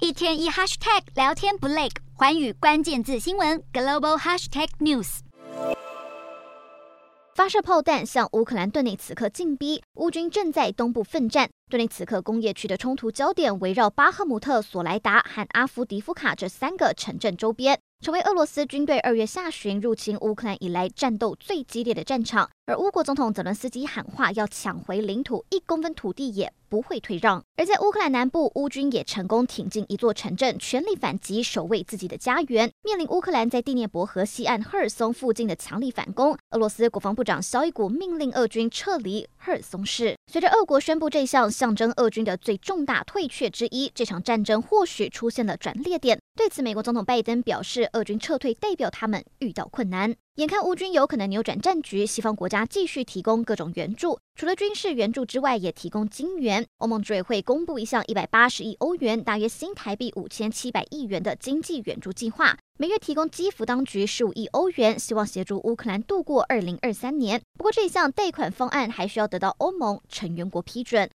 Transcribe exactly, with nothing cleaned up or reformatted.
一天一 hashtag 聊天不累，寰宇关键字新闻 global hashtag news。 发射炮弹向乌克兰顿内茨克进逼，乌军正在东部奋战。顿内茨克工业区的冲突焦点围绕巴赫姆特、索莱达和阿夫迪夫卡这三个城镇周边，成为俄罗斯军队二月下旬入侵乌克兰以来战斗最激烈的战场。而乌国总统泽伦斯基喊话要抢回领土，一公分土地也不会退让。而在乌克兰南部，乌军也成功挺进一座城镇，全力反击，守卫自己的家园。面临乌克兰在第聂伯河西岸赫尔松附近的强力反攻，俄罗斯国防部长绍伊古命令俄军撤离赫尔松市。随着俄国宣布这项象征俄军的最重大退却之一，这场战争或许出现了转捩点。对此，美国总统拜登表示，俄军撤退代表他们遇到困难。眼看乌军有可能扭转战局，西方国家继续提供各种援助，除了军事援助之外，也提供金援。欧盟执委会公布一项一百八十亿欧元，大约新台币五千七百亿元的经济援助计划，每月提供基辅当局十五亿欧元，希望协助乌克兰度过二零二三年。不过，这项贷款方案还需要得到欧盟成员国批准。